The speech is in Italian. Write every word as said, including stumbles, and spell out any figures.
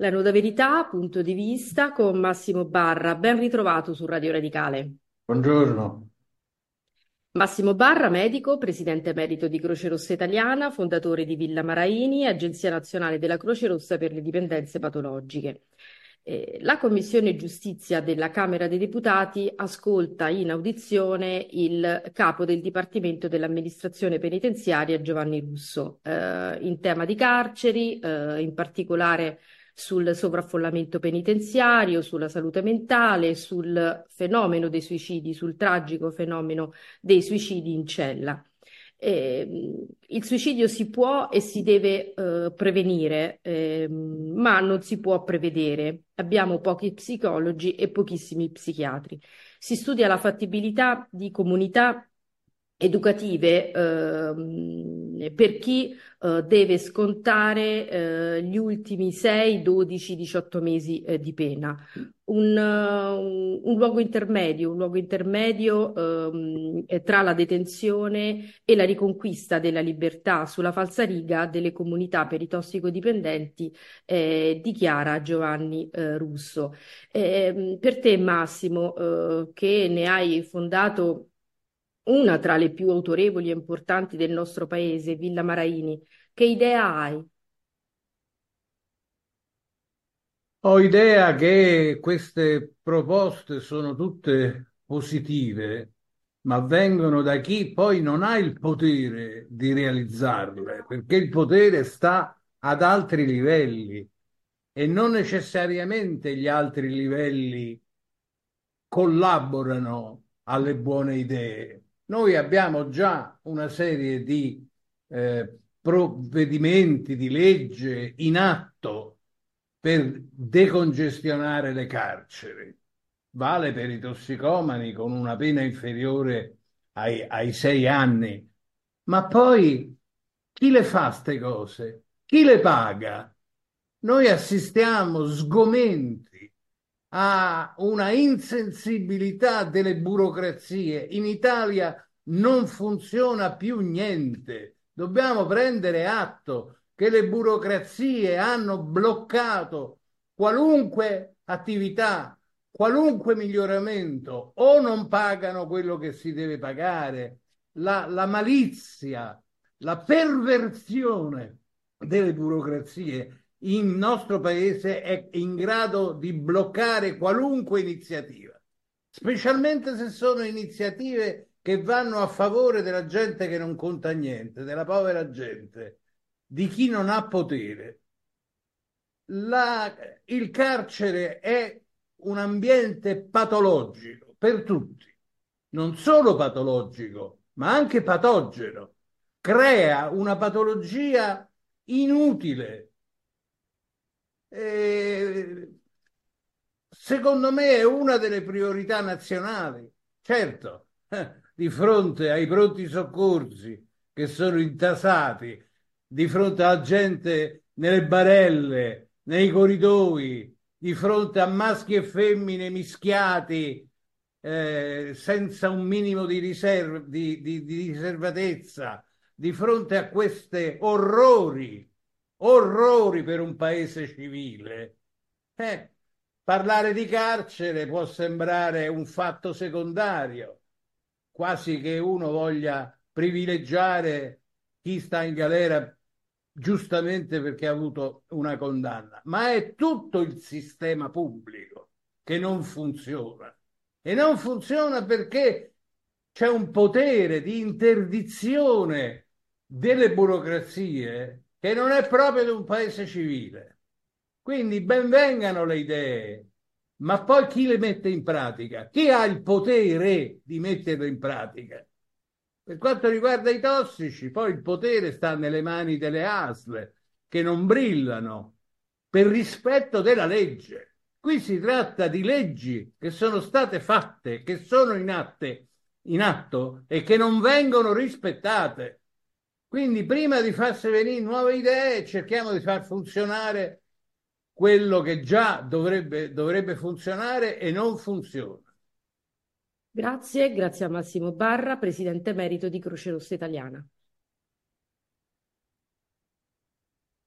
La Nuda Verità, punto di vista con Massimo Barra. Ben ritrovato su Radio Radicale. Buongiorno. Massimo Barra, medico, presidente emerito di Croce Rossa Italiana, fondatore di Villa Maraini, Agenzia Nazionale della Croce Rossa per le dipendenze patologiche. Eh, la Commissione Giustizia della Camera dei Deputati ascolta in audizione il capo del Dipartimento dell'Amministrazione Penitenziaria, Giovanni Russo, eh, in tema di carceri, eh, in particolare sul sovraffollamento penitenziario, sulla salute mentale, sul fenomeno dei suicidi, sul tragico fenomeno dei suicidi in cella. Eh, il suicidio si può e si deve eh, prevenire, ehm, ma non si può prevedere. Abbiamo pochi psicologi e pochissimi psichiatri. Si studia la fattibilità di comunità educative ehm, per chi eh, deve scontare eh, gli ultimi sei, dodici, diciotto mesi eh, di pena. Un, uh, un luogo intermedio, un luogo intermedio ehm, eh, tra la detenzione e la riconquista della libertà sulla falsariga delle comunità per i tossicodipendenti, eh, dichiara Giovanni eh, Russo. Eh, per te, Massimo, eh, che ne hai fondato una tra le più autorevoli e importanti del nostro paese, Villa Maraini, che idea hai? Ho idea che queste proposte sono tutte positive, ma vengono da chi poi non ha il potere di realizzarle, perché il potere sta ad altri livelli e non necessariamente gli altri livelli collaborano alle buone idee. Noi abbiamo già una serie di eh, provvedimenti di legge in atto per decongestionare le carceri. Vale per i tossicomani con una pena inferiore ai, ai sei anni. Ma poi chi le fa ste cose? Chi le paga? Noi assistiamo sgomenti a una insensibilità delle burocrazie. In Italia non funziona più niente. Dobbiamo prendere atto che le burocrazie hanno bloccato qualunque attività, qualunque miglioramento, o non pagano quello che si deve pagare. La, la malizia, la perversione delle burocrazie il nostro paese è in grado di bloccare qualunque iniziativa, specialmente se sono iniziative che vanno a favore della gente che non conta niente, della povera gente, di chi non ha potere. La- il carcere è un ambiente patologico per tutti, non solo patologico, ma anche patogeno. Crea una patologia inutile. Eh, Secondo me è una delle priorità nazionali. Certo, eh, di fronte ai pronti soccorsi che sono intasati, di fronte alla gente nelle barelle, nei corridoi, di fronte a maschi e femmine mischiati, eh, senza un minimo di, riserv- di, di- di riservatezza, di fronte a questi orrori, orrori per un paese civile. Eh, Parlare di carcere può sembrare un fatto secondario, quasi che uno voglia privilegiare chi sta in galera giustamente perché ha avuto una condanna, ma è tutto il sistema pubblico che non funziona. E non funziona perché c'è un potere di interdizione delle burocrazie che non è proprio di un paese civile. Quindi ben vengano le idee, ma poi chi le mette in pratica? Chi ha il potere di metterle in pratica? Per quanto riguarda i tossici, poi il potere sta nelle mani delle A S L che non brillano per rispetto della legge. Qui si tratta di leggi che sono state fatte, che sono in, atte, in atto e che non vengono rispettate. Quindi prima di farsi venire nuove idee, cerchiamo di far funzionare quello che già dovrebbe, dovrebbe funzionare e non funziona. Grazie, grazie a Massimo Barra, presidente emerito di Croce Rossa Italiana.